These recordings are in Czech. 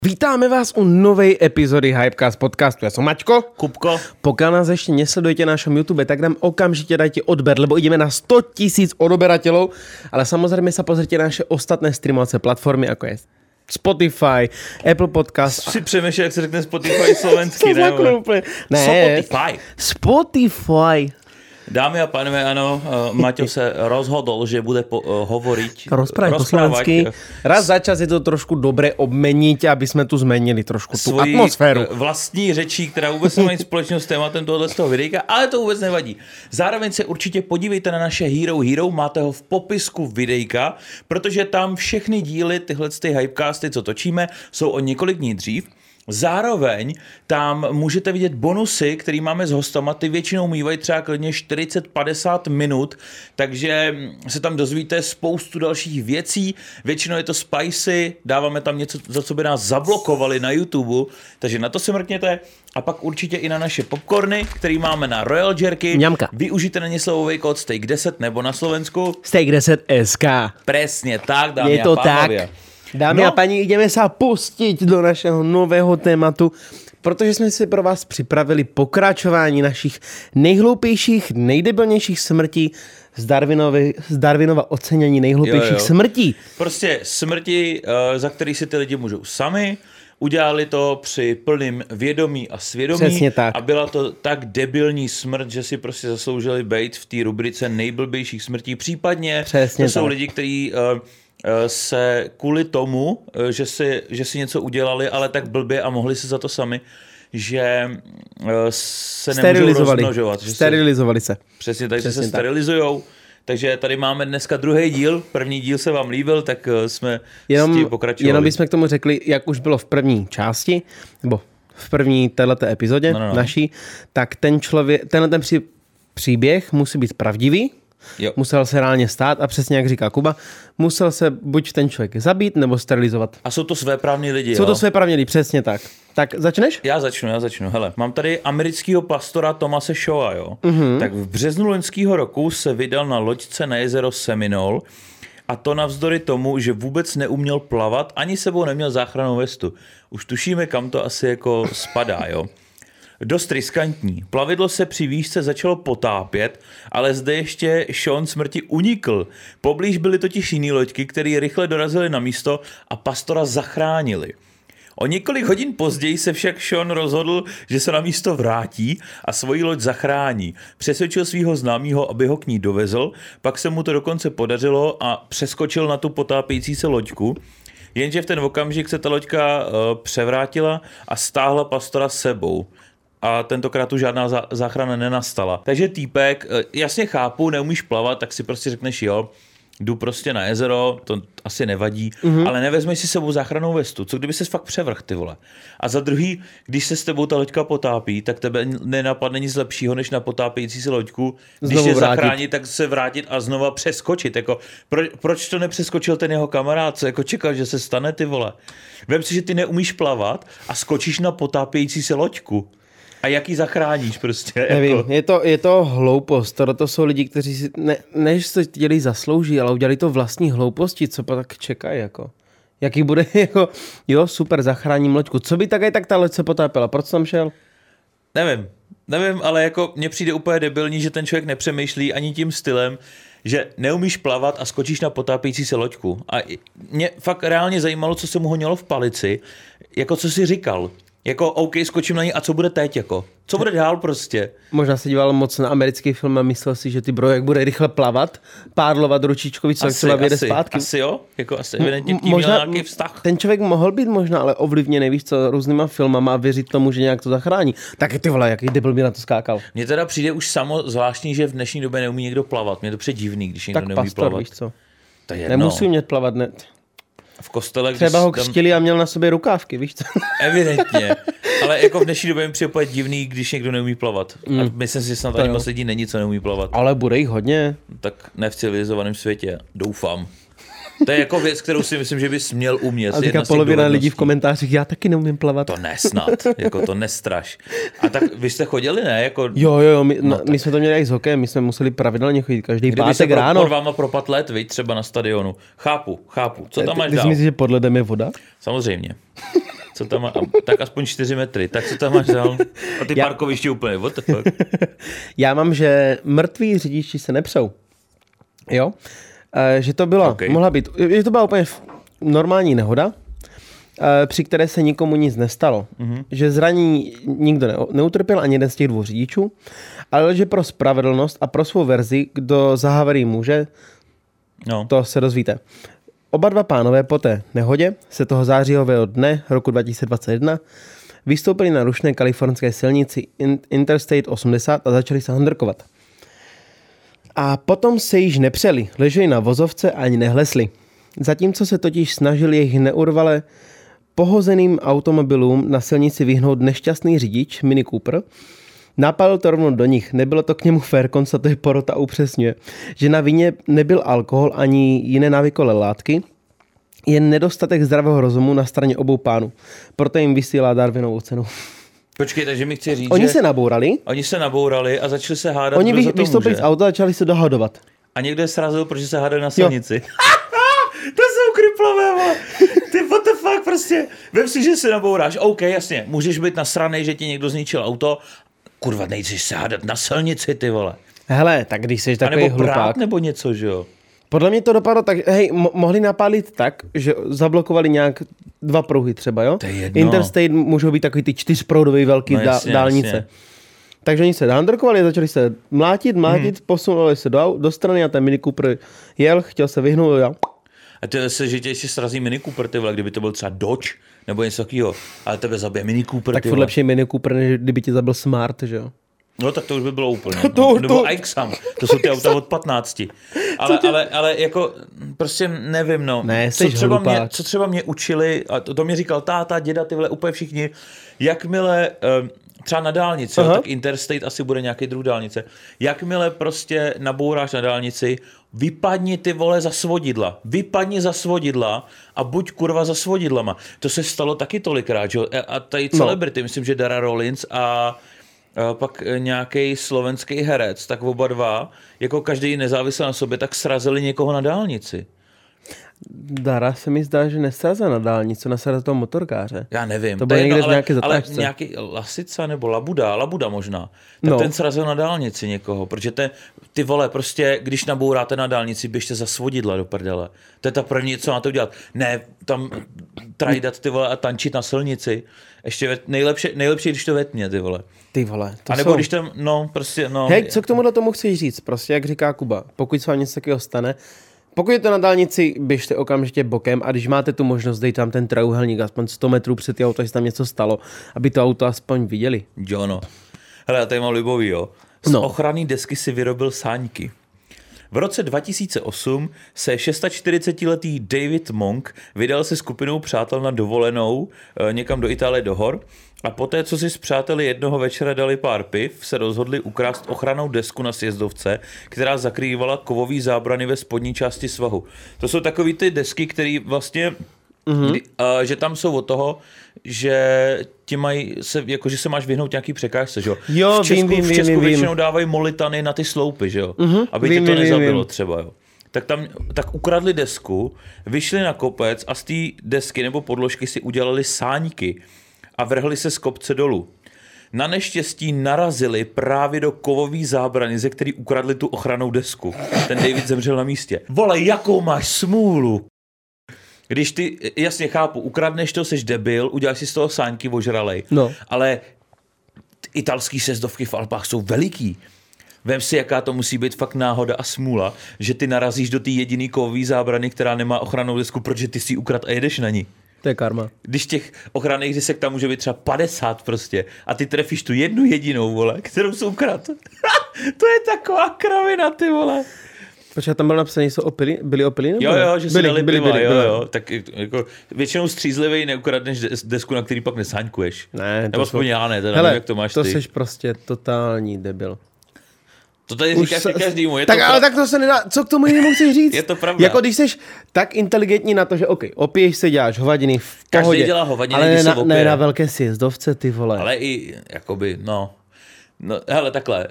Vítáme vás u novej epizody Hypecast podcastu. Ja som Maťko. Kupko. Pokiaľ nás ešte nesledujete na našom YouTube, tak nám okamžite dajte odber, lebo ideme na 100 000 odoberateľov. Ale samozrejme sa pozrite na naše ostatné streamovacie platformy, ako je Spotify, Apple Podcast. Si přemýšlel, jak se řekne Spotify slovensky, ne? Ne, Spotify. Dámy a pánové, ano, Maťo se rozhodol, že bude hovoriť. Rozprávať po slovensky. Raz za čas je to trošku dobre obmeniť, aby sme tu zmenili trošku tú atmosféru. Vlastní řečí, která vůbec nemá nic společného s tématem tohoto z toho videjka, ale to vůbec nevadí. Zároveň se určitě podívejte na naše Hero, máte ho v popisku videjka, protože tam všechny díly, tyhle Hypecasty, co točíme, jsou o několik dní dřív. Zároveň tam můžete vidět bonusy, který máme s hostama, ty většinou mývají třeba klidně 40-50 minut, takže se tam dozvíte spoustu dalších věcí, většinou je to spicy, dáváme tam něco, za co by nás zablokovali na YouTube, takže na to se mrkněte a pak určitě i na naše popcorny, který máme na Royal Jerky. Mňamka. Využijte na ně slovový kód Steak10 nebo na Slovensku Steak10 SK. Presne tak, dámy je to a pánovia. Tak. Dámy a pani, ideme sa pustiť do našeho nového tématu, protože jsme si pro vás připravili pokračování našich nejhloupějších, nejdebilnějších smrtí z Darwinova ocenění nejhloupějších smrtí. Prostě smrti, za který si ty lidi můžou sami. Udělali to při plným vědomí a svědomí a byla to tak debilní smrt, že si prostě zasloužili být v té rubrice nejblbějších smrtí. Případně to jsou lidi, kteří se kvůli tomu, že si něco udělali, ale tak blbě a mohli se za to sami, že se nemůžou rozmnožovat. Sterilizovali se. Přesně, takže se sterilizujou. Takže tady máme dneska druhý díl. První díl se vám líbil, tak jsme s tím pokračovali. Jenom bychom k tomu řekli, jak už bylo v první části, nebo v první této epizodě naší, tak tenhle příběh musí být pravdivý. Jo. Musel se reálně stát a přesně jak říká Kuba, musel se buď ten člověk zabít nebo sterilizovat. A jsou to svéprávní lidi, Jsou to svéprávní lidi, přesně tak. Tak začneš? Já začnu. Hele, mám tady amerického pastora Thomase Shawa, jo. Tak v březnu loňského roku se vydal na loďce na jezero Seminole a to navzdory tomu, že vůbec neuměl plavat, ani sebou neměl záchrannou vestu. Už tušíme, kam to asi jako spadá, jo. Dost riskantní. Plavidlo se při výšce začalo potápět, ale zde ještě Sean smrti unikl. Poblíž byly totiž jiný loďky, které rychle dorazily na místo a pastora zachránili. O několik hodin později se však Sean rozhodl, že se na místo vrátí a svoji loď zachrání. Přesvědčil svého známého, aby ho k ní dovezl, pak se mu to dokonce podařilo a přeskočil na tu potápějící se loďku. Jenže v ten okamžik se ta loďka převrátila a stáhla pastora s sebou. A tentokrát už žádná záchrana nenastala. Takže týpek, jasně chápu, neumíš plavat, tak si prostě řekneš jo, jdu prostě na jezero, to asi nevadí, ale nevezmeš si sebou záchrannou vestu. Co kdyby ses fakt převrch, ty vole? A za druhý, když se s tebou ta loďka potápí, tak tebe nenapadne nic lepšího, než na potápějící se loďku, když je zachránit, tak se vrátit a znova přeskočit. Jako, proč to nepřeskočil ten jeho kamarád? Co jako čekal, že se stane, ty vole? Vem si, že ty neumíš plavat a skočíš na potápějící se loďku. A jak ji zachráníš prostě? Nevím, jako? je to hloupost. To jsou lidi, kteří si, než se dělí zaslouží, ale udělali to vlastní hlouposti, co pak čekají, jako. Jaký bude, jako, jo, super, zachráním loďku. Co by tak ta loď se potápěla? Proč tam šel? Nevím, ale jako mně přijde úplně debilní, že ten člověk nepřemýšlí ani tím stylem, že neumíš plavat a skočíš na potápějící se loďku. A mě fakt reálně zajímalo, co se mu honilo v palici, jako co si říkal. Jako OK, skočím na ní a co bude teď, jako? Co bude dál prostě? Možná se díval moc na americký film a myslel si, že ty bro, jak bude rychle plavat, pádlovat ručičkovi, co třeba vyjede zpátky. Asi jo, jako asi evidentně tím měl nějaký vztah. Ten člověk mohl být možná, ale ovlivněný, víš co, různýma filmama a věřit tomu, že nějak to zachrání. Tak ty vole, jaký debil by na to skákal. Mně teda přijde už samo zvláštní, že v dnešní době neumí někdo plavat. Mně to přijde divný, když někdo neumí pastor, plavat. Víš co? To je jedno. Nemusí umět plavat, ne. V kostele, třeba ho křtili a měl na sobě rukávky, víš co? Evidentně. Ale jako v dnešní době mi přijde divný, když někdo neumí plavat. A myslím si, že snad ani moc lidí není, co neumí plavat. Ale bude jich hodně. Tak ne v civilizovaném světě, doufám. To je jako věc, kterou si myslím, že bys měl umět. A teďka polovina lidí v komentářích, já taky neumím plavat. To nesnad, jako to nestraš. A tak vy jste chodili, ne? Jako... Jo, my jsme to měli i s hokejem, my jsme museli pravidelně chodit každý pátek ráno. Kdyby se váma propad led, viď, třeba na stadionu. Chápu. Co tam máš dál? Ty si myslíš, že pod ledem je voda? Samozřejmě. Co tam má? Tak aspoň 4 metry. Tak co tam máš dál? A ty parkoviště úplně, what the fuck? Já mám, že mrtví řidiči se nepřou. Jo? Že to byla, mohla být, že to byla úplně normální nehoda, při které se nikomu nic nestalo. Že zranění nikdo neutrpěl, ani jeden z těch 2 řidičů, ale že pro spravedlnost a pro svou verzi, kdo za haverii může, to se dozvíte. Oba 2 pánové po té nehodě se toho zářijového dne roku 2021 vystoupili na rušné kalifornské silnici Interstate 80 a začali se handrkovat. A potom se již nepřeli, leželi na vozovce a ani nehlesli. Zatímco se totiž snažili jejich neurvale pohozeným automobilům na silnici vyhnout nešťastný řidič Mini Cooper, napálil to rovnou do nich. Nebylo to k němu fér, konstatuje porota upřesňuje, že na vině nebyl alkohol ani jiné návykové látky, jen nedostatek zdravého rozumu na straně obou pánů. Proto jim vysílá Darwinovou cenu. Počkej, takže mi chci říct, Oni se nabourali a začali se hádat. Oni vystoupili z auta a začali se dohadovat. A někdo je srazil, protože se hádali na silnici. To jsou kriplové, vole. Ty what the fuck, prostě. Vem si, že se nabouráš. OK, jasně, můžeš být nasranej, že ti někdo zničil auto. Kurva, nejdřív se hádat na silnici, ty vole. Hele, tak když jsi takový hlupák. Nebo brát, nebo něco, že jo. Podle mě to dopadlo tak, hej, mohli napálit tak, že zablokovali nějak 2 pruhy třeba, jo? To je jedno. Interstate můžou být takový ty 4proudový velký dálnice. Jasně. Takže oni se handrkovali, začali se mlátit, posunuli se do strany a ten Mini Cooper jel, chtěl se vyhnout, jo. A to se, že tě si srazí Mini Cooper, ty vole, kdyby to byl třeba Dodge, nebo něco takového, ale tebe zabije Mini Cooper, tak furt lepší Mini Cooper, než kdyby tě zabil Smart, že jo. No tak to už by bylo úplně. Nebo Aixam, to jsou ty auta od 15. Ale jako prostě nevím, no. Ne, co třeba mě učili, a to mě říkal táta, děda, ty vole, úplně všichni, jakmile třeba na dálnici, jo, tak Interstate asi bude nějaký druh dálnice, jakmile prostě nabouráš na dálnici, vypadni ty vole za svodidla. Vypadni za svodidla a buď kurva za svodidlama. To se stalo taky tolikrát, že? A tady celebrity, myslím, že Dara Rollins a pak nějaký slovenský herec, tak oba 2, jako každý nezávisle na sobě, tak srazili někoho na dálnici. Dara se mi zdá, že nesrazil na dálnici, nasrazil toho motorkáře. Já nevím. To bylo někde v nějaké zatáčce. Ale nějaký Lasica nebo Labuda možná. Tak ten srazil na dálnici někoho, protože ty vole, prostě, když nabouráte na dálnici, běžte za svodidla do prdele. To je ta první, co máte udělat. Ne, tam trajdat ty vole a tančit na silnici. Ještě nejlepší, když to vetně, ty vole. Ty vole, to a nebo když tam, Hej, co k tomuhle tomu chceš říct? Prostě, jak říká Kuba, pokud se vám něco takového stane, pokud je to na dálnici, běžte okamžitě bokem a když máte tu možnost, dejte tam ten trojúhelník aspoň 100 metrů před ty auto, jestli tam něco stalo, aby to auto aspoň viděli. Jo, no. Hele, já tady mám libový, jo. Z ochranné desky si vyrobil sáňky. V roce 2008 se 46letý David Monk vydal se skupinou přátel na dovolenou někam do Itálie do hor a poté, co si s přáteli jednoho večera dali pár piv, se rozhodli ukrást ochrannou desku na sjezdovce, která zakrývala kovový zábrany ve spodní části svahu. To jsou takový ty desky, které vlastně že tam jsou od toho, že ti mají že se máš vyhnout nějaký překážce, že jo? Jo, v Česku většinou dávají molitany na ty sloupy, že jo? Aby tě to nezabilo třeba, jo. Tak ukradli desku, vyšli na kopec a z té desky nebo podložky si udělali sáňky a vrhli se z kopce dolů. Na neštěstí narazili právě do kovový zábrany, ze který ukradli tu ochrannou desku. Ten David zemřel na místě. Vole, jakou máš smůlu! Když ty, jasně chápu, ukradneš to, seš debil, uděláš si z toho sáňky ožralej, ale italský sjezdovky v Alpách jsou veliký. Vem si, jaká to musí být fakt náhoda a smůla, že ty narazíš do té jediný kovové zábrany, která nemá ochrannou desku, protože ty si ukrad a jedeš na ní. To je karma. Když těch ochranných desek tam může být třeba 50 prostě a ty trefíš tu jednu jedinou, vole, kterou jsou ukrad. To je taková kravina, ty vole. Počkej, tam bylo napsané, že byli opilí? Jo, že si dali piva, jo. Tak jako většinou střízlivý neukradneš desku, na který pak nesáňkuješ. Ne, nebo aspoň já ne, teda hele, nevím, jak to máš to ty. To jsi prostě totální debil. To tady říkáš každému. Ale tak to se nedá, co k tomu jinému chceš říct? Je to pravda. Jako když jsi tak inteligentní na to, že opiješ se, děláš hovadiny v pohodě. Každý dělá hovadiny, ale když se opije. Ne na velké sjezdovce, ty vole. Ale i, jakoby, no hele, takhle,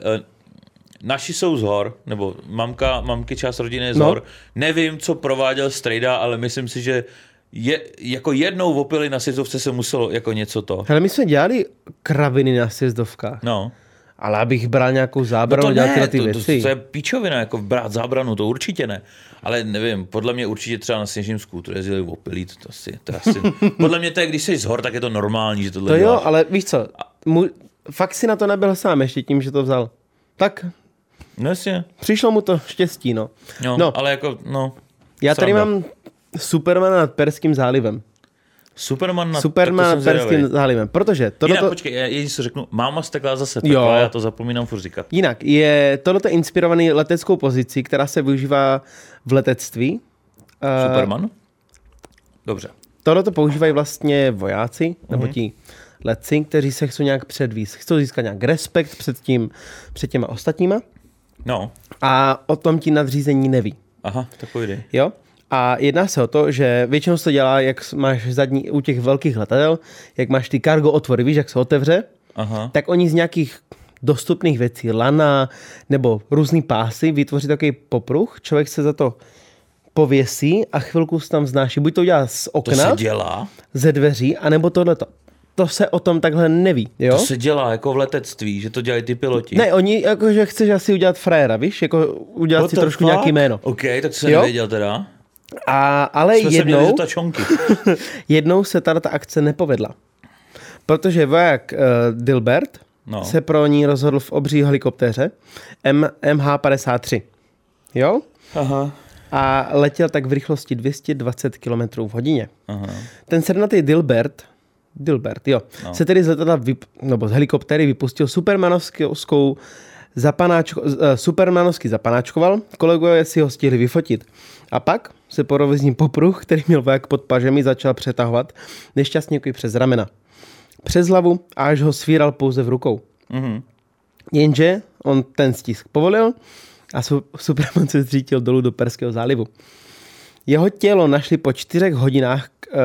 naši jsou z hor, nebo mamky část rodiny je z hor. Nevím, co prováděl strejda, ale myslím si, že jako jednou opili na sjezdovce se muselo jako něco to. Hele, my jsme dělali kraviny na sjezdovkách. No. Ale abych bral nějakou zábranu, dělat tyhle ty věci. To je píčovina, jako brát zábranu, to určitě ne. Ale nevím, podle mě určitě třeba na sněžním skútru jezdili opilí, to asi. Podle mě to je, když jsi z hor, tak je to normální, že tohle to děláš. Jo, ale víš co, fakt si na to nebyl sám ještě tím, že to vzal. Tak. No jasně. Přišlo mu to štěstí, no. No, ale jako, no. Já tady mám Supermana nad Perským zálivem. Superman nad Perským zálivem, protože tohleto... Jinak, počkej, já si řeknu, máma stekla zase pekla, já to zapomínám furt říkat. Jinak, je tohleto inspirovaný leteckou pozicí, která se využívá v letectví. Superman? Dobře. Tohleto používají vlastně vojáci, nebo ti letci, kteří se chcou nějak předvíst. Chcou získat nějak respekt před těma ostatníma. No. A o tom ti nadřízení neví. Aha, takový dej. Jo? A jedná se o to, že většinou se to dělá, jak máš zadní u těch velkých letadel, jak máš ty cargo otvory, víš, jak se otevře, tak oni z nějakých dostupných věcí, lana nebo různý pásy vytvoří takový popruh, člověk se za to pověsí a chvilku se tam vznáší. Buď to udělá z okna, to se dělá? Ze dveří, anebo tohleto. To se o tom takhle neví, jo? To se dělá jako v letectví, že to dělají ty piloti. Ne, oni jakože chceš asi udělat frajera, víš? Jako udělat si trošku nějaký jméno. OK, tak to jsem nevěděl teda. Ale jednou se ta akce nepovedla. Protože voják Dilbert se pro ní rozhodl v obří helikoptéře MH-53. Jo? Aha. A letěl tak v rychlosti 220 km v hodině. Aha. Ten sednatý Dilbert, se tedy z letadla z helikoptéry vypustil supermanovsky zapanáčkoval, kolegové si ho stihli vyfotit. A pak se provozní popruh, který měl voják pod pažemi, začal přetahovat nešťastně přes ramena. Přes hlavu, až ho svíral pouze v rukou. Mm-hmm. Jenže on ten stisk povolil a Superman se zřítil dolů do Perského zálivu. Jeho tělo našli po 4 hodinách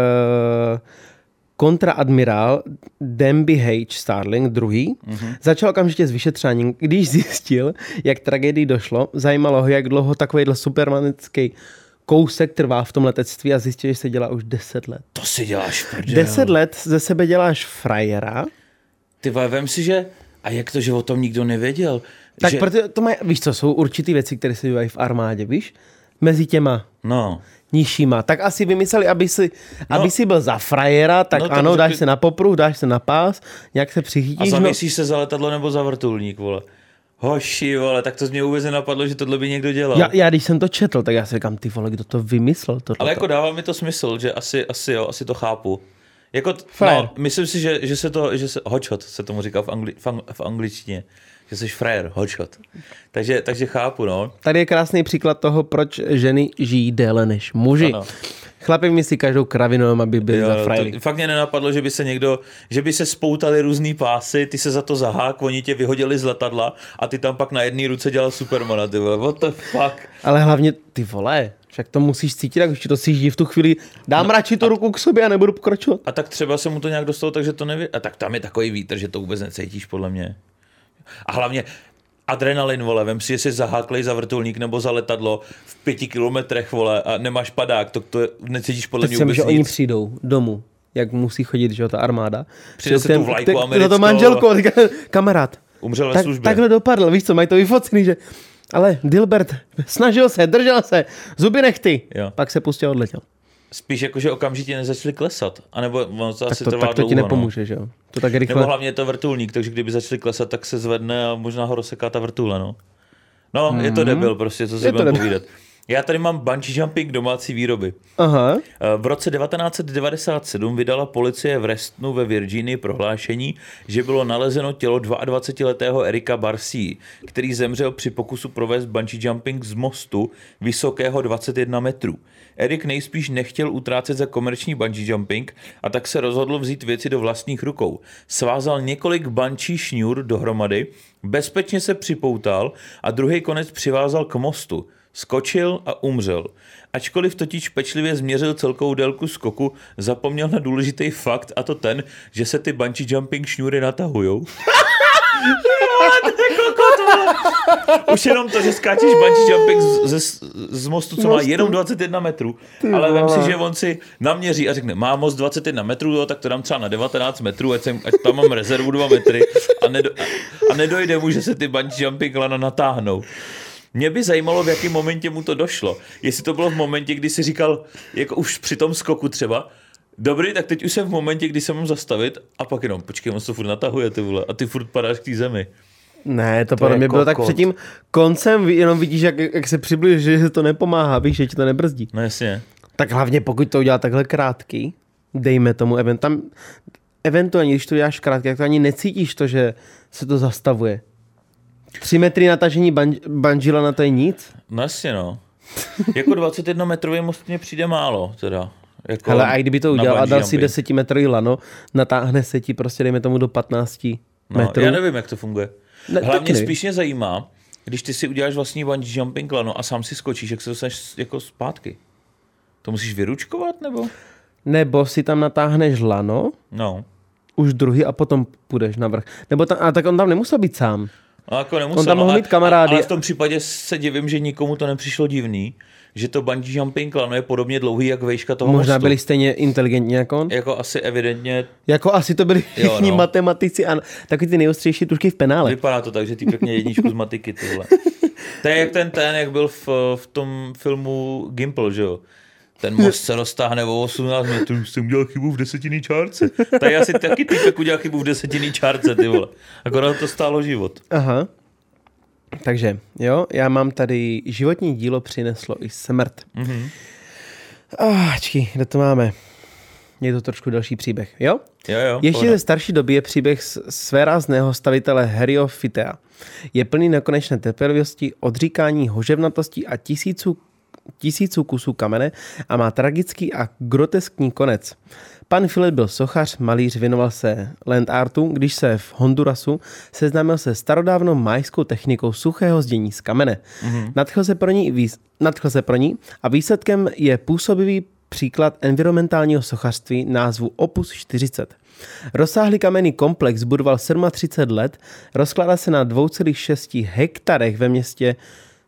kontraadmirál Denby H. Starling II. Začal okamžitě s vyšetřením, když zjistil, jak tragédii došlo. Zajímalo ho, jak dlouho takovýhle supermanický kousek trvá v tom letectví a zjistil, že se dělá už 10 let. To si děláš prdel. 10 let ze sebe děláš frajera. Ty vole, vem si, že... A jak to, že o tom nikdo nevěděl? Tak že... protože to mají, víš co, jsou určitý věci, které se dělají v armádě, víš? Mezi těma nižšíma. Tak asi vymysleli, aby si byl za frajera, tak ano, dáš se na popruh, dáš se na pás, nějak se přichytíš. A zavěsíš se za letadlo nebo za vrtulník, vole. Hoši, vole, tak to z mě vůbec nenapadlo, že tohle by někdo dělal. Já když jsem to četl, tak já si říkám, ty vole, kdo to vymyslel? Ale jako dává mi to smysl, že asi to chápu. Jako, myslím si, že se hotshot se tomu říká v angličtině. Že jsi frajer, hotshot. Takže chápu, no. Tady je krásný příklad toho, proč ženy žijí déle než muži. Ano. Chlapi myslí každou kravinu, aby byli za frajery. Fakt mě nenapadlo, že by se spoutali různý pásy, ty se za to zahák, oni tě vyhodili z letadla a ty tam pak na jedné ruce dělal Supermana, ty vole, what the fuck. Ale hlavně, ty vole, však to musíš cítit, jak už ti to cítíš v tu chvíli, dám radši tu ruku k sobě a nebudu pokračovat. A tak třeba se mu to nějak dostalo, takže to neví. A tak tam je takový vítr, že to vůbec necítíš, podle mě. A hlavně adrenalin, vole, vem si, že jsi zaháklej za vrtulník nebo za letadlo v 5 kilometrech, vole, a nemáš padák, to necítíš podle mě vůbec že nic. Oni přijdou domů, jak musí chodit, že ta armáda. Přijde se tu vlajku americkou. Za to manželku, kamarád. Umřel ve službě. Takhle dopadl, víš co, mají to vyfocený, že ale Dilbert snažil se, držel se, zuby nechty, pak se pustil a odletěl. Spíš jako, že okamžitě nezačali klesat. A nebo ono to asi trvá tak to dlouho, ti nepomůže, že jo? To tak rychle. Nebo hlavně je to vrtulník, takže kdyby začali klesat, tak se zvedne a možná ho rozseká ta vrtule, no. No, je to debil prostě, co si budeme povídat. Já tady mám bungee jumping domácí výroby. Aha. V roce 1997 vydala policie v Restonu ve Virginii prohlášení, že bylo nalezeno tělo 22-letého Erika Barcí, který zemřel při pokusu provést bungee jumping z mostu vysokého 21 metrů. Erik nejspíš nechtěl utrácet za komerční bungee jumping a tak se rozhodl vzít věci do vlastních rukou. Svázal několik bungee šňůr dohromady, bezpečně se připoutal a druhý konec přivázal k mostu. Skočil a umřel. Ačkoliv totiž pečlivě změřil celkovou délku skoku, zapomněl na důležitý fakt, a to ten, že se ty bungee jumping šňůry natahujou. Už jenom to, že skáčeš bungee jumping z mostu, co má jenom 21 metrů, ale vem si, že on si naměří a řekne, má most 21 metrů, jo, tak to dám třeba na 19 metrů, ať tam mám rezervu 2 metry a nedojde mu, že se ty bungee jumping lana natáhnou. Mě by zajímalo, v jakém momentě mu to došlo. Jestli to bylo v momentě, kdy si říkal, jako už při tom skoku třeba, dobrý, tak teď už jsem v momentě, kdy se mám zastavit a pak jenom, počkej, on se furt natahuje, ty vole, a ty furt padáš k té zemi. Ne, to podle mě bylo tak před tím koncem, jenom vidíš, jak se přibližuje, že to nepomáhá, víš, že ti to nebrzdí. No jasně. Tak hlavně pokud to udělá takhle krátký, dejme tomu eventuálně, když to uděláš krátký, tak to ani necítíš to, že se to zastavuje. 3 metry natažení bungee na to je nic? No jasně, no. Jako 21 metrový most mně přijde málo, teda. Jako hele, a kdyby to udělal a dal si 10 metrový lano, natáhne se ti prostě, dejme tomu, do 15 metrů. Já nevím, jak to funguje. Hlavně spíš mě zajímá, když ty si uděláš vlastní bungee jumping lano a sám si skočíš, jak se dostaneš jako zpátky. To musíš vyručkovat, nebo? Nebo si tam natáhneš lano, už druhý a potom půjdeš navrch. Nebo tak on tam nemusel být sám. No, jako nemusel, on tam mohl mít kamarády. Ale v tom případě se divím, že nikomu to nepřišlo divný, že to bungee jumping lano je podobně dlouhý jak vejška toho možná mostu. Byli stejně inteligentní jako on? Jako asi evidentně. Jako asi to byli všichni matematici a takový ty nejostřejší tušky v penále. Vypadá to tak, že ty pěkně jedničku z matiky, tyhle. To je jak jak byl v tom filmu Gimple, že jo? Ten most se roztáhne o 18 metrů, jsem udělal chybu v desetinný čárce. Tady asi taky typek udělal chybu v desetinný čárce, ty vole. Akorát to stálo život. Aha. Takže, jo, já mám tady životní dílo přineslo i smrt. Mhm. Čekaj, kde to máme? Je to trošku další příběh, jo? Jo. Ještě ze starší doby je příběh svérázného stavitele Harryho Fitea. Je plný nekonečné trpělivosti, odříkání, hoževnatosti a tisíců kusů kamene a má tragický a groteskní konec. Pan Filet byl sochař, malíř, věnoval se land artu, když se v Hondurasu seznámil se starodávnou majskou technikou suchého zdění z kamene. Mm-hmm. Nadchl se pro ní a výsledkem je působivý příklad environmentálního sochařství názvu Opus 40. Rozsáhlý kamenný komplex budoval 37 let, rozkládá se na 2,6 hektarech ve městě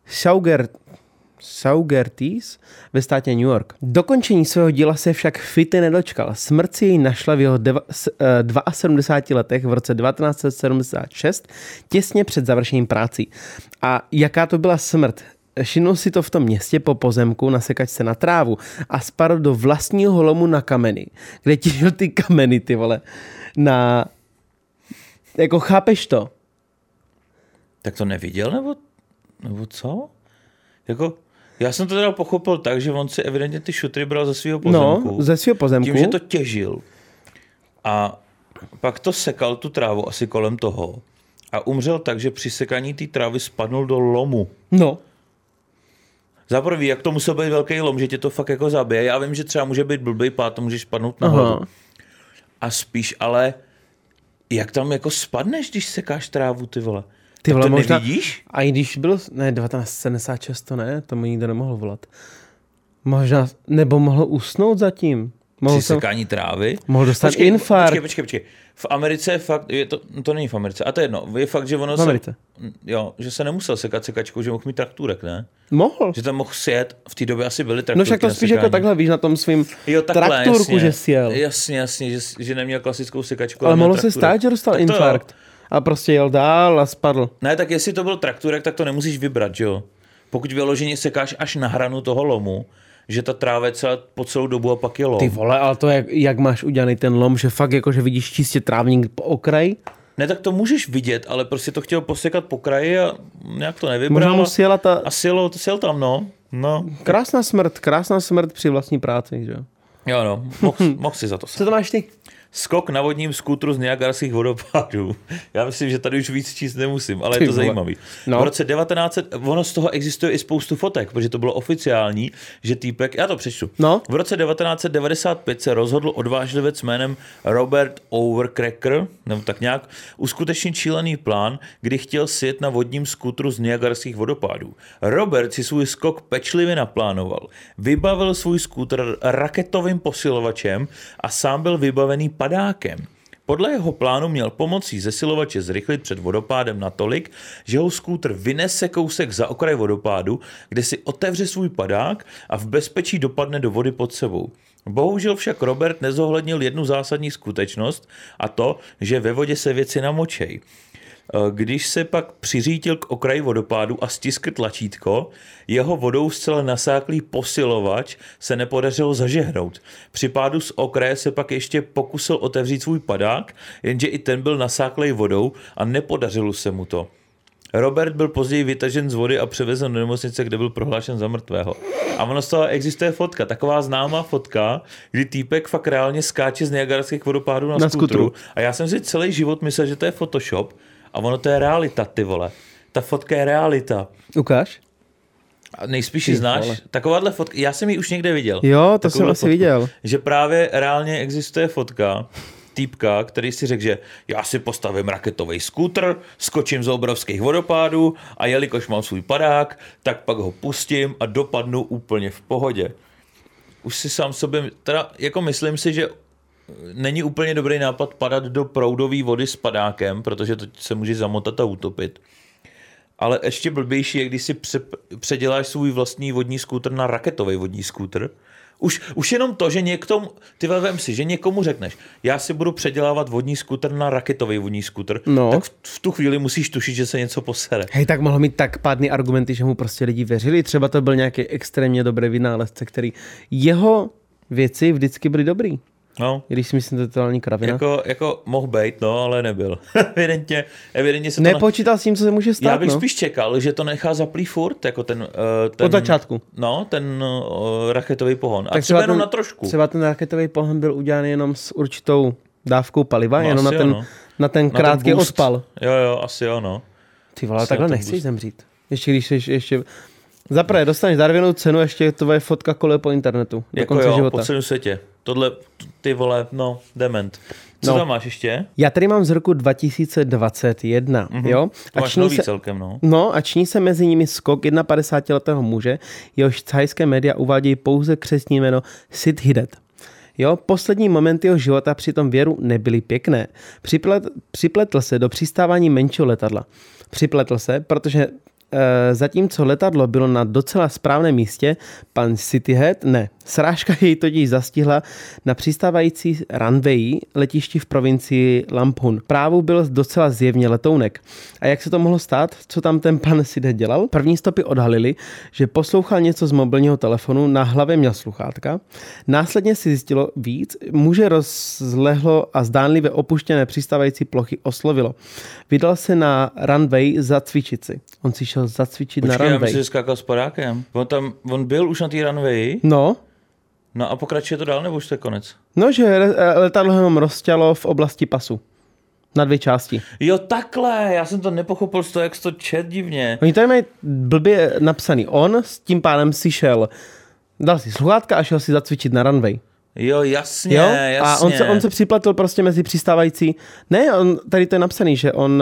Saugerties ve státě New York. Dokončení svého díla se však Fitte nedočkal. Smrt si jej našla v jeho 72 letech v roce 1976, těsně před završením prácí. A jaká to byla smrt? Šinul si to v tom městě po pozemku na sekačce na trávu a spadl do vlastního lomu na kameny, kde těžil ty kameny, ty vole, jako chápeš to? Tak to neviděl, nebo co? Jako, já jsem to teda pochopil tak, že on si evidentně ty šutry bral ze svého pozemku. No, ze svého pozemku. Tím, že to těžil. A pak to sekal tu trávu asi kolem toho. A umřel tak, že při sekání té trávy spadnul do lomu. No. Za prvý, jak to musel být velký lom, že tě to fakt jako zabije. Já vím, že třeba může být blbý pád, to můžeš spadnout na hlavu. A spíš, ale jak tam jako spadneš, když sekáš trávu, ty vole? Ty vole, to možná, nevidíš? A i když bylo, 1976 to ne, to mu nikdo nemohl volat. Možná, nebo mohl usnout zatím. Při sekání trávy? Mohl dostat infarkt. Počkej. V Americe je fakt, to není v Americe, a to je jedno, je fakt, že ono v Americe. Že se nemusel sekat sekačkou, že mohl mít traktůrek, ne? Mohl. Že tam mohl sjet, v té době asi byly traktůrky. No však to spíš jako takhle, víš, na tom svým traktůrku, jasně, že sjel. Jasně, že neměl klasickou sekačku. Ale mohlo se stát, že dostal infarkt. A prostě jel dál a spadl. Ne, tak jestli to byl traktůrek, tak to nemusíš vybrat, že jo? Pokud vyloženě sekáš až na hranu toho lomu, že ta tráva je celá po celou dobu a pak je lom. Ty vole, ale to jak máš udělaný ten lom, že fakt jako, že vidíš čistě trávník po okraji? Ne, tak to můžeš vidět, ale prostě to chtěl posekat po kraji a nějak to nevybral. Možná mu sjela ta... A sjel tam, no. Krásná smrt při vlastní práci, že jo? Jo, no, mohl si za to. Co to máš ty? Skok na vodním skútru z Niagarských vodopádů. Já myslím, že tady už víc číst nemusím, ale je to zajímavý. No. V roce 1900, ono z toho existuje i spoustu fotek, protože to bylo oficiální, že týpek, já to přečtu. No. V roce 1995 se rozhodl odvážlivec jménem Robert Overcracker, nebo tak nějak, uskutečnit šílený plán, kdy chtěl sjet na vodním skútru z Niagarských vodopádů. Robert si svůj skok pečlivě naplánoval. Vybavil svůj skútr raketovým posilovačem a sám byl vybavený padákem. Podle jeho plánu měl pomocí zesilovače zrychlit před vodopádem natolik, že ho skútr vynese kousek za okraj vodopádu, kde si otevře svůj padák a v bezpečí dopadne do vody pod sebou. Bohužel však Robert nezohlednil jednu zásadní skutečnost, a to, že ve vodě se věci namočej. Když se pak přiřítil k okraji vodopádu a stiskl tlačítko, jeho vodou zcela nasáklý posilovač se nepodařilo zažehnout. Při pádu z okraje se pak ještě pokusil otevřít svůj padák, jenže i ten byl nasáklej vodou a nepodařilo se mu to. Robert byl později vytažen z vody a převezen do nemocnice, kde byl prohlášen za mrtvého. A ono z toho existuje fotka, taková známá fotka, kdy týpek fakt reálně skáče z Niagarských vodopádů na skútru. A já jsem si celý život myslel, že to je Photoshop, a ono to je realita, ty vole. Ta fotka je realita. Ukáž. A nejspíš ji znáš. Vole. Takováhle fotka, já jsem ji už někde viděl. Jo, to jsem asi viděl. Že právě reálně existuje fotka týpka, který si řekl, že já si postavím raketový skútr, skočím z obrovských vodopádů a jelikož mám svůj padák, tak pak ho pustím a dopadnu úplně v pohodě. Už si sám sobě, teda jako myslím si, že není úplně dobrý nápad padat do proudové vody s padákem, protože to se může zamotat a utopit. Ale ještě blbější je, když si předěláš svůj vlastní vodní skútr na raketový vodní skútr. Už jenom to, že vem si, že někomu řekneš, já si budu předělávat vodní skútr na raketový vodní skútr, tak v tu chvíli musíš tušit, že se něco posere. Hej, tak mohl mít tak pádný argumenty, že mu prostě lidi věřili. Třeba to byl nějaký extrémně dobrý vynálezce, který jeho věci vždycky byly dobrý. No. Když si myslím, že to totální kravina. Jako mohl být, no, ale nebyl. evidentně se to... Nepočítal s tím, co se může stát. Já bych spíš čekal, že to nechá zaplý furt, jako ten od začátku. No, ten raketový pohon. Tak a třeba jenom na trošku. Třeba ten raketový pohon byl udělaný jenom s určitou dávkou paliva, no, jenom na ten krátký odpal. Jo, asi jo, no. Ty vole, takhle nechceš zemřít. Ještě když jsi ještě... Zaprvé dostaneš Darwinovu cenu, ještě tvoje fotka koluje po internetu. Do jako konce života. Po celém světě. Tohle, ty vole, no, dement. Co tam máš ještě? Já tady mám z roku 2021, jo? To máš nový celkem, no. No a ční se mezi nimi skok 51letého muže, jehož thajské média uvádějí pouze křestní jméno Siddharth. Jo, poslední momenty jeho života přitom věru nebyly pěkné. Připletl se do přistávání menšího letadla. Připletl se, protože zatímco letadlo bylo na docela správném místě, pan Siddharth ne. Srážka jej totiž zastihla na přistávající runway letišti v provincii Lamphun. Právu byl docela zjevně letounek. A jak se to mohlo stát? Co tam ten pan Siddharth dělal? První stopy odhalily, že poslouchal něco z mobilního telefonu, na hlavě měl sluchátka. Následně si zjistilo víc, muže rozlehlo a zdánlivě opuštěné přistávající plochy oslovilo. Vydal se na runway zacvičit si. On si šel zacvičit na runway. Já myslím, že skákal s padákem. On byl už na té runway. No a pokračuje to dál, nebo už to je konec? No, že letadlo jenom rozťalo v oblasti pasu. Na 2 části. Jo, takhle, já jsem to nepochopil z toho, jak to čet divně. Oni tady mají blbě napsaný. On s tím pádem si šel, dal si sluchátka a šel si zacvičit na runway. Jo, jasně. A on se připletl prostě mezi přistávající. Ne, tady to je napsaný, že on...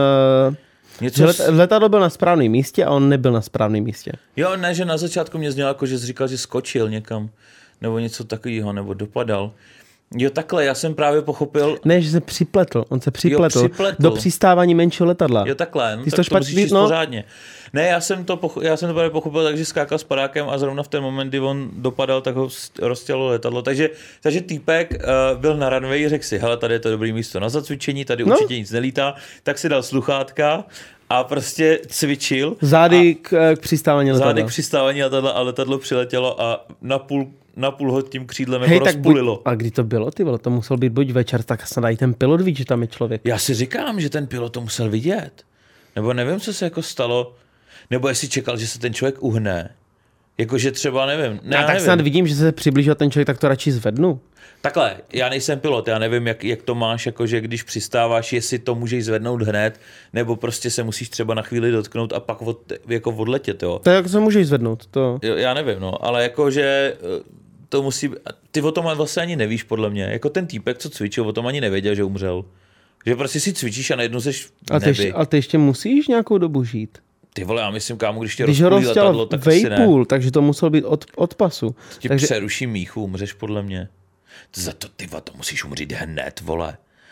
letadlo byl na správném místě a on nebyl na správném místě. Jo, ne, že na začátku mě znělo jako, že jsi říkal, že skočil někam. Nebo něco takového, nebo dopadal. Jo, takhle, já jsem právě pochopil... Ne, že se připletl, on se připletl do přistávání menšího letadla. Jo, takhle, no, tak to musíš číst pořádně. Ne, já jsem to právě pochopil tak, že skákal s padákem a zrovna v ten moment, kdy on dopadal, tak ho roztělo letadlo. Takže týpek byl na runway, řekl si, hele, tady je to dobré místo na zacvičení, tady určitě nic nelítá, tak si dal sluchátka a prostě cvičil. Zády k přistávání letadla. Zády k přistávání letadla a letadlo přiletělo a na půl ho tím křídlem jako rozpulilo. A kdy to bylo, ty vole? To musel být buď večer, tak snad i ten pilot ví, že tam je člověk. Já si říkám, že ten pilot to musel vidět. Nebo nevím, co se jako stalo. Nebo jestli čekal, že se ten člověk uhne. Jakože třeba nevím. Ne, tak nevím. Snad vidím, že se přiblížil ten člověk, tak to radši zvednu. Takhle, já nejsem pilot, já nevím, jak to máš, jakože když přistáváš, jestli to můžeš zvednout hned, nebo prostě se musíš třeba na chvíli dotknout a pak odletět, jo. To jak se můžeš zvednout, to... Jo, já nevím, no, ale jakože to musí... Ty o tom vlastně ani nevíš, podle mě. Jako ten týpek, co cvičil, o tom ani nevěděl, že umřel. Že prostě si cvičíš a najednou seš v nebi. A ty ještě musíš nějakou dobu žít. Ty vole, já myslím, kámo, když tě rozpůlí letadlo, tak asi ne. Půl, takže to musel být od pasu. Takže přeruší míchu, umřeš podle mě. Za to, ty to musíš umřít hned, vole.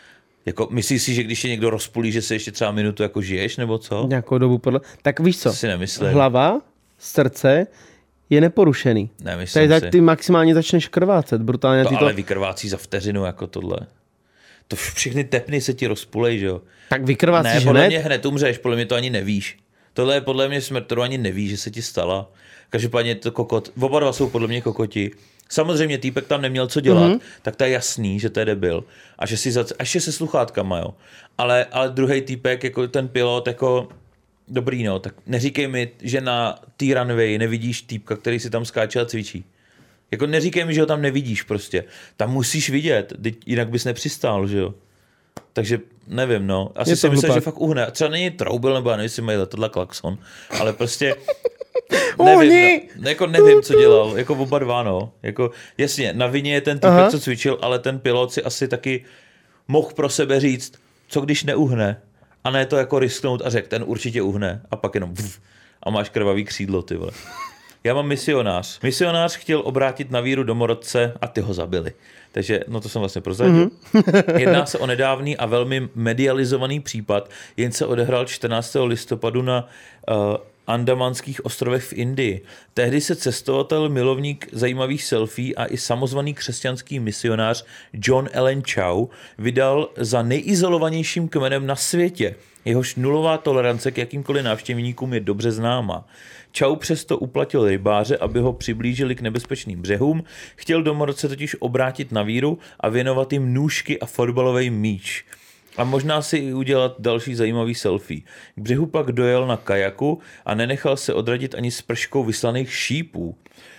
Jako myslíš si, že když je někdo rozpulí, že se ještě třeba minutu jako žiješ, nebo co? Nějakou dobu podle... Tak víš co? Si nemyslím. Hlava, srdce je neporušený. Nemyslím tady si. ty maximálně začneš krvácet. Brutálně. To ty ale vykrvácí za vteřinu jako tohle. To všechny tepny se ti rozpulej, že jo? Tak vykrvácíš Ne, podle hned? mě hned umřeš, podle mě to ani nevíš. Tohle je podle mě smrt, kterou ani nevíš, že se ti stala. Každopádně je to kokot. Oba dva jsou podle mě kokoti. Samozřejmě týpek tam neměl co dělat, tak to je jasný, že to je debil. A že si ještě se sluchátkama, jo. Ale druhý týpek, jako ten pilot, jako dobrý, no, tak neříkej mi, že na té runway nevidíš týpka, který si tam skáče a cvičí. Jako neříkej mi, že ho tam nevidíš prostě. Tam musíš vidět, jinak bys nepřistál, že jo. Takže nevím, no. Asi si myslel, že fakt uhne. Třeba není troubil, nebo já nevím, jestli mají letadla klakson, ale prostě nevím, no, jako nevím, co dělal. Jako oba dva, no. Jako, jasně, na vině je ten týpek, co cvičil, ale ten pilot si asi taky mohl pro sebe říct, co když neuhne. A ne to jako risknout a řekl, ten určitě uhne. A pak jenom a máš krvavý křídlo, ty vole. Já mám misionář. Misionář chtěl obrátit na víru domorodce a ty ho zabili. Takže, no to jsem vlastně prozradil. Jedná se o nedávný a velmi medializovaný případ, jen se odehrál 14. listopadu na Andamanských ostrovech v Indii. Tehdy se cestovatel, milovník zajímavých selfie a i samozvaný křesťanský misionář John Allen Chau vydal za nejizolovanějším kmenem na světě. Jehož nulová tolerance k jakýmkoliv návštěvníkům je dobře známá. Chau přesto uplatil rybáře, aby ho přiblížili k nebezpečným břehům, chtěl domorodce totiž obrátit na víru a věnovat jim nůžky a fotbalový míč. A možná si i udělat další zajímavý selfie. K břehu pak dojel na kajaku a nenechal se odradit ani sprškou vyslaných šípů.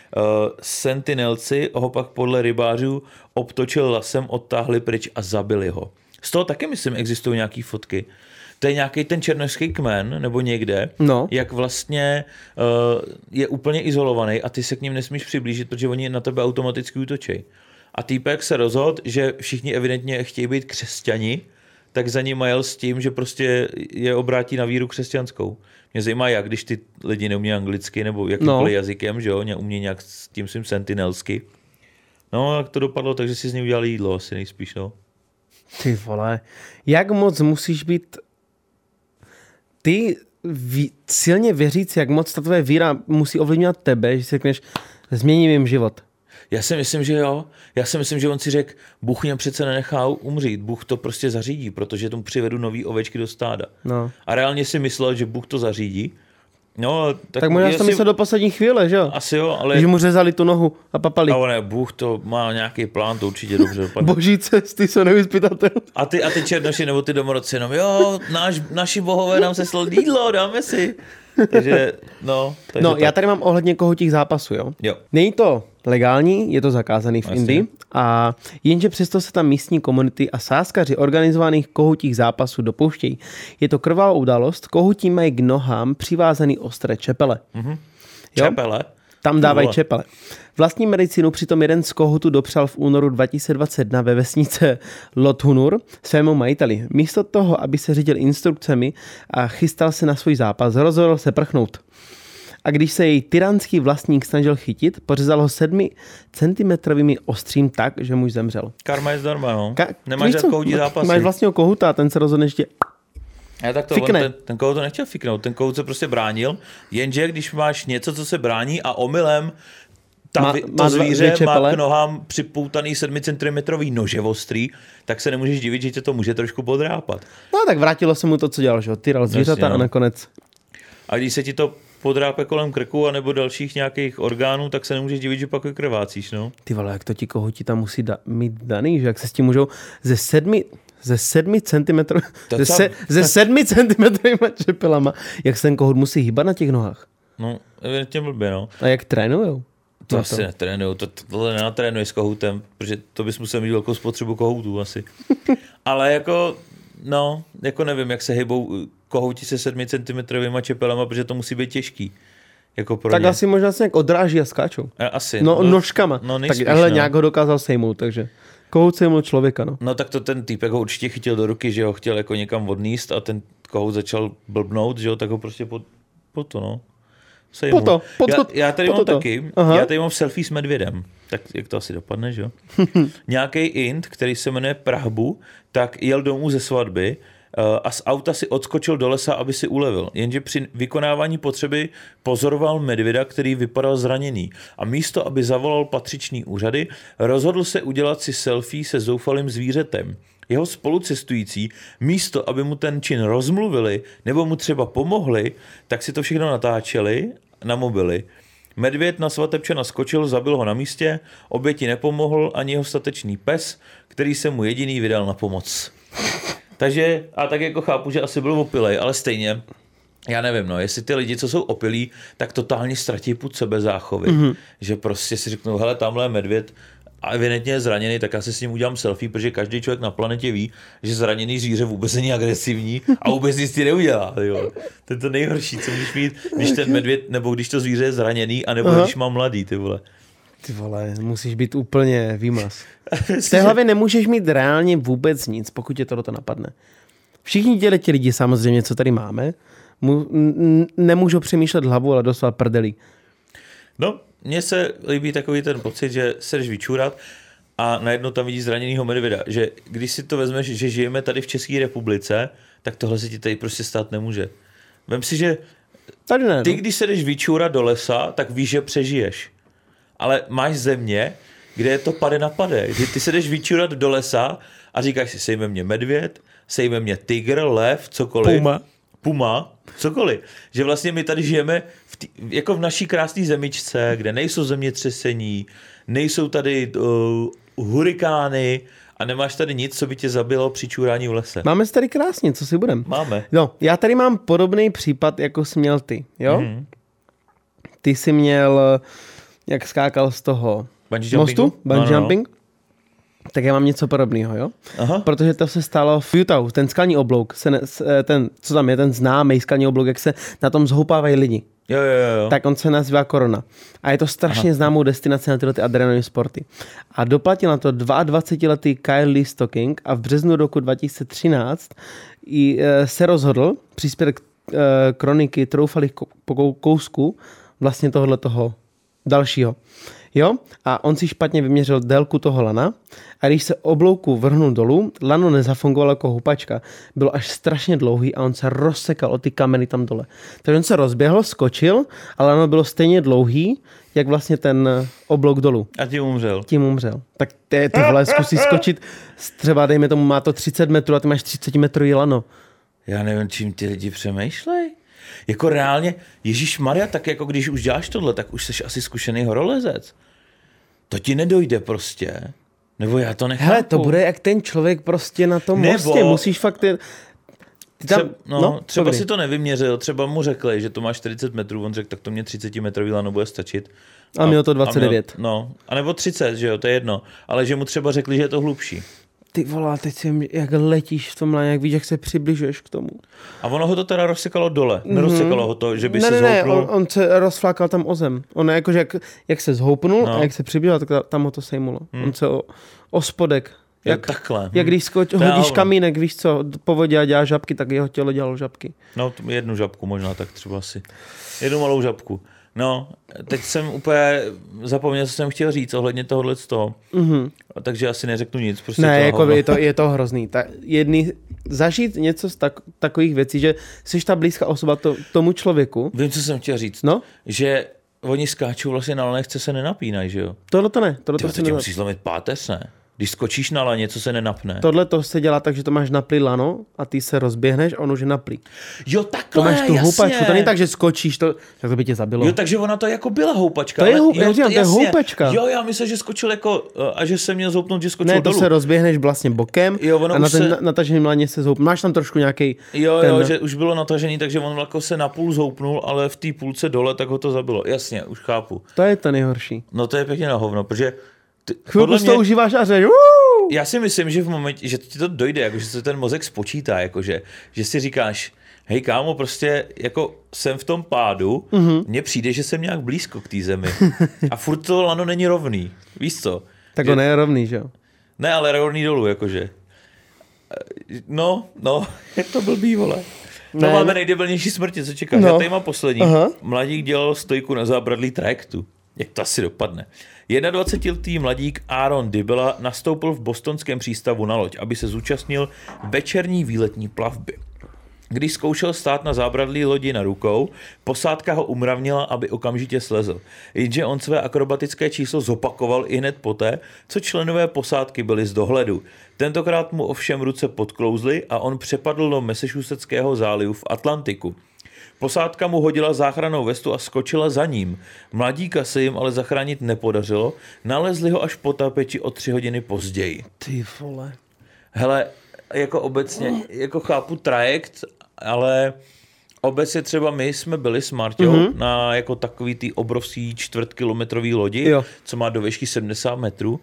Sentinelci ho pak podle rybářů obtočil lasem, odtáhli pryč a zabili ho. Z toho taky, myslím, existují nějaký fotky. To je nějaký ten černošský kmen, nebo někde, jak vlastně je úplně izolovaný a ty se k ním nesmíš přiblížit, protože oni na tebe automaticky útočí. A týpek se rozhodl, že všichni evidentně chtějí být křesťani, tak za ním jel s tím, že prostě je obrátí na víru křesťanskou. Mě zajímá, jak když ty lidi neumí anglicky nebo jakýmkoliv jazykem, že jo, umí nějak s tím svým sentinelsky. No, jak to dopadlo, takže si z něj udělali jídlo asi nejspíš, no. Ty vole, jak moc musíš být ty silně věřící, jak moc ta tvoje víra musí ovlivňovat tebe, že si řekneš, změním jim život. Já si myslím, že jo. Já si myslím, že on si řekl, Bůh mě přece nenechá umřít, Bůh to prostě zařídí, protože tomu přivedu nový ovečky do stáda. No. A reálně si myslel, že Bůh to zařídí. No, tak možná jsem myslel do poslední chvíle, že jo? Asi jo, ale... Že mu řezali tu nohu a papali. Ale ne, Bůh to má nějaký plán, to určitě dobře dopadne. Boží cesty jsou nevyzpytatelné. A ty černoši nebo ty domorodci jenom, jo, naši bohové nám se slal jídlo, dáme si. Takže, já tady mám ohledně kohutích zápasů, jo? Není to legální, je to zakázaný v Indii, a jenže přesto se tam místní komunity a sázkaři organizovaných kohutích zápasů dopouštějí. Je to krvavá událost, kohutí mají k nohám přivázaný ostré čepele. Čepele? Tam dávají čepele. Vlastní medicínu přitom jeden z kohutů dopřál v únoru 2021 ve vesnice Lothunur svému majiteli. Místo toho, aby se řídil instrukcemi a chystal se na svůj zápas, rozhodl se prchnout. A když se jej tyranský vlastník snažil chytit, pořezal ho 7 centimetrovými ostřím tak, že muž zemřel. Karma je zdarma, no. Nemáš žádný kohutí zápasy. Máš vlastního kohuta a ten se rozhodne ještě ten kohout to nechtěl fiknout, ten kohout se prostě bránil, jenže když máš něco, co se brání a omylem to zvíře má k nohám připoutaný 7 cm nože ostrý, tak se nemůžeš divit, že tě to může trošku podrápat. No tak vrátilo se mu to, co dělal, že ho tyral zvířata a nakonec. A když se ti to podrápe kolem krku anebo dalších nějakých orgánů, tak se nemůžeš divit, že pak krvácíš, no. Ty vole, jak to ti kohoti tam musí mít daný, že jak se s tím můžou ze 7 cm ze 7 centimetrovýma čepelama, jak se ten kohout musí hýbat na těch nohách. No, evidentně blbě, no. A jak trénujou? To asi netrénujou, tohle nenatrénuje s kohoutem, protože to bys musel mít velkou spotřebu kohoutů asi. Ale jako nevím, jak se hejbou kohouti se 7 cm čepelama, protože to musí být těžký. Jako pro tak ně. asi možná se nějak odráží a skáčou. Asi. Nožkama. Nejspíš, tak ale nějak ho dokázal sejmout, takže kohout sejmul člověka, no. No tak to ten týpek ho určitě chytil do ruky, že ho chtěl jako někam odníst a ten kohout začal blbnout, že jo, tak ho prostě po to, no. Já tady mám taky, já tady mám selfie s medvědem. tak jak to asi dopadne, že jo? Nějaký int, který se jmenuje Prahbu, tak jel domů ze svatby a z auta si odskočil do lesa, aby si ulevil. Jenže při vykonávání potřeby pozoroval medvěda, který vypadal zraněný. A místo, aby zavolal patřičný úřady, rozhodl se udělat si selfie se zoufalým zvířetem. Jeho spolucestující, místo, aby mu ten čin rozmluvili nebo mu třeba pomohli, tak si to všechno natáčeli na mobily. Medvěd na svatebče naskočil, zabil ho na místě, oběti nepomohl ani jeho statečný pes, který se mu jediný vydal na pomoc. Takže, a tak jako chápu, že asi byl opilej, ale stejně, já nevím, no, jestli ty lidi, co jsou opilí, tak totálně ztratí pud sebezáchovy. Že prostě si řeknou, hele, tamhle je medvěd a evidentně je zraněný, tak já si s ním udělám selfie, protože každý člověk na planetě ví, že zraněný zvíře vůbec není agresivní a vůbec nic ti neudělá. Jo. To je to nejhorší, co můžeš mít, když ten medvěd, nebo když to zvíře je zraněný, anebo když má mladý, ty vole. Ty vole, musíš být úplně výmaz. V té hlavě nemůžeš mít reálně vůbec nic, pokud tě to napadne. Všichni ti lidi samozřejmě, co tady máme, nemůžou přemýšlet hlavu, ale dostat prdelí. No, mně se líbí takový ten pocit, že se jdeš vyčůrat a najednou tam vidíš zraněnýho medvěda. Že když si to vezmeš, že žijeme tady v České republice, tak tohle se ti tady prostě stát nemůže. Vem si, že tady ne, ty, když se jdeš vyčůrat do lesa, tak víš, že přežiješ. Ale máš země, kde je to pade na pade. Kdy ty se jdeš vyčůrat do lesa a říkáš si, sejme mě medvěd, sejme mě tygr, lev, cokoliv. Puma, cokoliv. Že vlastně my tady žijeme jako v naší krásné zemičce, kde nejsou zemětřesení, nejsou tady hurikány a nemáš tady nic, co by tě zabilo při čůrání v lese. Máme tady krásně, co si budem. Máme. No, já tady mám podobný případ, jako jsi měl ty, jo? Ty jsi měl, jak skákal z toho mostu, bungee jumping. Tak já mám něco podobného, jo? Aha. Protože to se stalo v Utahu, ten skalní oblouk, co tam je, ten známý skalní oblouk, jak se na tom zhoupávají lidi. Jo. Tak on se nazývá Corona. A je to strašně známou destinaci na tyhle adrenalinové sporty. A doplatil na to 22-letý Kyle Stocking a v březnu roku 2013 se rozhodl přispět k kroniky troufalých kousků vlastně tohoto dalšího. Jo? A on si špatně vyměřil délku toho lana a když se oblouku vrhnul dolů, lano nezafungovalo jako houpačka. Bylo až strašně dlouhý a on se rozsekal o ty kameny tam dole. Takže on se rozběhl, skočil a lano bylo stejně dlouhý, jak vlastně ten oblouk dolů. A tím umřel. Tak ty vole, zkusí skočit, třeba dejme tomu, má to 30 metrů a ty máš 30 metrový lano. Já nevím, čím ty lidi přemýšlej. Jako reálně, Ježíšmarja, tak jako když už děláš tohle, tak už jsi asi zkušený horolezec. To ti nedojde prostě. Nebo já to nechápu. Hele, to bude jak ten člověk prostě na tom mostě. Musíš fakt... Třeba si to nevyměřil, třeba mu řekli, že to má 40 metrů, on řekl, tak to mě 30 metrový lano bude stačit. A měl to 29. A nebo 30, že jo, to je jedno. Ale že mu třeba řekli, že je to hlubší. Ty vole, teď si jak letíš v tom láně, jak víš, jak se přibližuješ k tomu. A ono ho to teda rozsekalo dole. Nerozsekalo ho to, že by se zhoupnul. Ne, on se rozflákal tam o zem. On jakože jak se zhoupnul a jak se přibližoval, tak tam ho to sejmulo. On se o spodek. Jak když hodíš kamínek, víš co, po vodě a dělá žabky, tak jeho tělo dělalo žabky. No, jednu žabku možná, tak třeba asi. Jednu malou žabku. No, teď jsem úplně zapomněl, co jsem chtěl říct ohledně tohohle z toho. Takže asi neřeknu nic. Prostě ne, jako je to hrozný. Zažít něco z takových věcí, že jsi ta blízká osoba tomu člověku. Vím, co jsem chtěl říct. No? Že oni skáčou vlastně na lanechce se nenapínají, že jo? Tohle to ne. Ty musíš zlomit páteř, ne? Když skočíš na laně, co se nenapne. Tohle to se dělá tak, že to máš naplý lano a ty se rozběhneš a on už je naplý. Jo, takhle, to máš tu houpačku, to není tak, že skočíš, tak to by tě zabilo. Jo, takže ona to jako byla houpačka. To je houpačka. Jo, já myslím, že skočil jako, a že se měl zhoupnout, že skočil dolů. Ne, to se rozběhneš vlastně bokem a na ten nataženým laně se zhoupnul. Máš tam trošku nějaký. Jo, že už bylo natažený, takže on jako se napůl zhoupnul, ale v té půlce dole, tak ho to zabilo. Jasně, už chápu. To je to nejhorší. No to je pěkně na hovno, protože chvilku to užíváš a řeš. Já si myslím, že v momentě, že ti to dojde, jako, že se ten mozek spočítá, jakože, že si říkáš, hej kámo, prostě jako jsem v tom pádu, mně přijde, že jsem nějak blízko k té zemi. A furt to lano není rovný, víš co? Tak on je rovný, že jo? Ne, ale rovný dolů, jakože. No, je to blbý, vole. No máme nejdebilnější smrti, co čekáš? Já tady mám poslední. Mladík dělal stojku na zábradlí trajektu. Jak to asi dopadne? 21letý mladík Aaron Dibella nastoupil v bostonském přístavu na loď, aby se zúčastnil večerní výletní plavby. Když zkoušel stát na zábradlí lodi na rukou, posádka ho umravnila, aby okamžitě slezl. Jenže on své akrobatické číslo zopakoval i hned poté, co členové posádky byli z dohledu. Tentokrát mu ovšem ruce podklouzly a on přepadl do Massachusettského zálivu v Atlantiku. Posádka mu hodila záchrannou vestu a skočila za ním. Mladíka se jim ale zachránit nepodařilo, nalezli ho až po tapeči o 3 hodiny později. Ty vole. Hele, jako obecně, jako chápu trajekt, ale obecně třeba my jsme byli s Marťou na jako takový ty obrovský 4kilometrový lodi, co má do výšky 70 metrů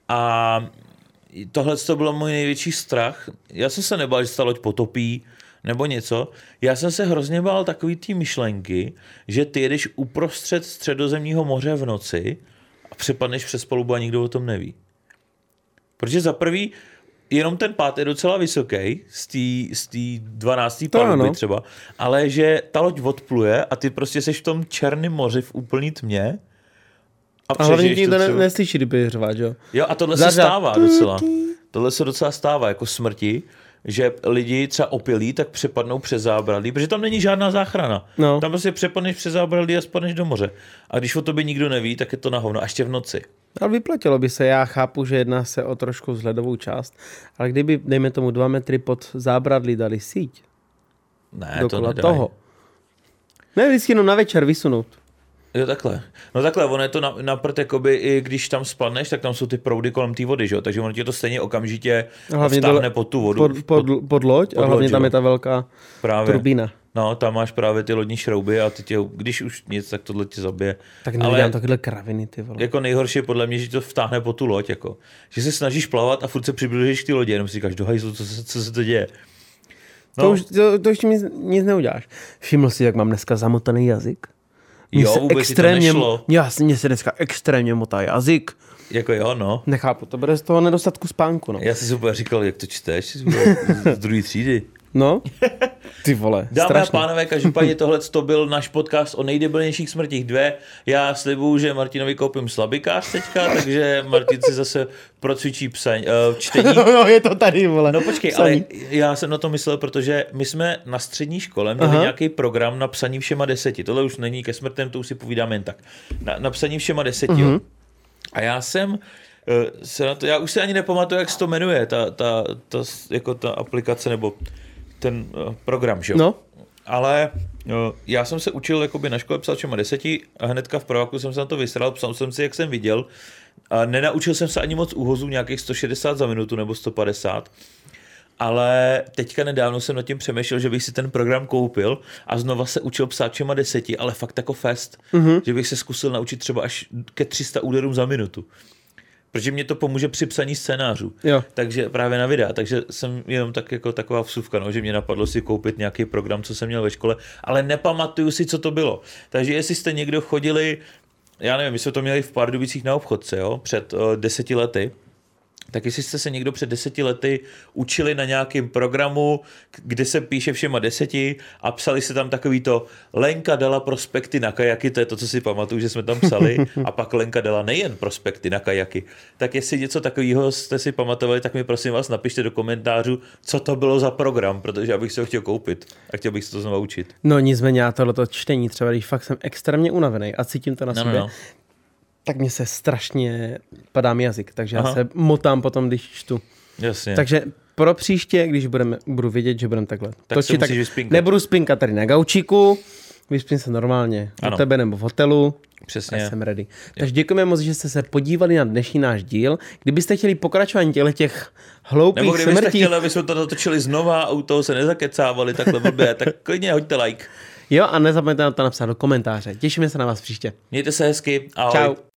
a tohle to byl můj největší strach. Já jsem se nebál, že se ta loď potopí nebo něco. Já jsem se hrozně bál takový té myšlenky, že ty jedeš uprostřed Středozemního moře v noci a přepadneš přes palubu a nikdo o tom neví. Protože za prvý jenom ten pád je docela vysoký z té 12. paluby třeba, ale že ta loď odpluje a ty prostě seš v tom černém moři v úplný tmě a hlavně ti to neslyší, kdyby řvát, jo? Jo, a tohle se stává docela. Tohle se docela stává jako smrti, že lidi třeba opilí, tak přepadnou přes zábradlí, protože tam není žádná záchrana. No. Tam prostě přepadneš přes zábradlí a spadneš do moře. A když o tobě nikdo neví, tak je to na hovno, a ještě v noci. Ale vyplatilo by se, já chápu, že jedná se o trošku vzhledovou část, ale kdyby, dejme tomu 2 metry pod zábradlí dali síť. Ne, to nedají. Toho. Ne, vždycky jenom na večer vysunout. Jo, takhle. No takhle, ono je to na prd, jakoby, i když tam spadneš, tak tam jsou ty proudy kolem té vody, že jo? Takže ono tě to stejně okamžitě vtáhne pod tu vodu. Pod loď, a hlavně tam je ta velká turbína. No, tam máš právě ty lodní šrouby a ty tě, když už nic, tak tohle tě zabije. Tak nedělám takhle kraviny, ty vole. Jako nejhorší je podle mě, že to vtáhne pod tu loď, jako. Že se snažíš plavat a furt se přibližíš k ty lodi, jenom si říkáš, do hajzlu, co se to děje. No. To už nic neuděláš. Všiml jsi, jak mám dneska zamotaný jazyk? Jo, vůbec to nešlo. Mně se dneska extrémně motá jazyk. Jako jo, no. Nechápu, to bude z toho nedostatku spánku, no. Já si super říkal, jak to čteš, z druhé třídy. No, ty vole, Dámy strašný. a pánové, každopádně tohle to byl náš podcast o nejdebilnějších smrtích 2. Já slibuju, že Martinovi koupím slabikář teďka, takže Martin si zase procvičí čtení. No, je to tady, vole. No počkej, psaní. Ale já jsem na to myslel, protože my jsme na střední škole měli nějaký program na psaní všema 10. Tohle už není ke smrtem, to už si povídáme jen tak. Na psaní všema 10. A já jsem já už si ani nepamatuju, jak se to jmenuje, ta aplikace nebo ten program, že jo? No. Ale já jsem se učil jakoby na škole psát všema 10 a hnedka v prváku jsem se na to vysral, psal jsem si, jak jsem viděl. A nenaučil jsem se ani moc úhozů, nějakých 160 za minutu nebo 150. Ale teďka nedávno jsem nad tím přemýšlel, že bych si ten program koupil a znova se učil psát všema 10, ale fakt jako fest. Že bych se zkusil naučit třeba až ke 300 úderům za minutu. Protože mě to pomůže při psaní scénářů. Jo. Takže právě na videa. Takže jsem jenom tak jako taková vsuvka, no, že mě napadlo si koupit nějaký program, co jsem měl ve škole, ale nepamatuju si, co to bylo. Takže jestli jste někdo chodili, já nevím, my jsme to měli v Pardubicích na obchodce, jo, před 10 lety, tak jestli jste se někdo před 10 lety učili na nějakém programu, kde se píše všema 10 a psali se tam takový to Lenka dala prospekty na kajaky, to je to, co si pamatuju, že jsme tam psali, a pak Lenka dala nejen prospekty na kajaky. Tak jestli něco takového jste si pamatovali, tak mi prosím vás napište do komentářů, co to bylo za program, protože já bych se ho chtěl koupit a chtěl bych se to znovu učit. No nicméně já tohleto čtení třeba, když fakt jsem extrémně unavený a cítím to na sobě, tak mě se strašně padá mi jazyk, takže já se motám potom, když čtu. Jasně. Takže pro příště, když budu vědět, že budeme takhle točit, tak nebudu spinkat tady na gaučíku, vyspím se normálně u tebe nebo v hotelu. Přesně. Jsem ready. Takže děkujeme moc, že jste se podívali na dnešní náš díl. Kdybyste chtěli pokračování těch hloupých smrtí... Nebo kdybyste chtěli, aby jsme to natočili znova a u toho se nezakecávali takhle blbě, tak klidně hoďte like. Jo, a nezapomeňte na to napsat do komentáře. Těšíme se na vás příště. Mějte se hezky. Ahoj. Čau.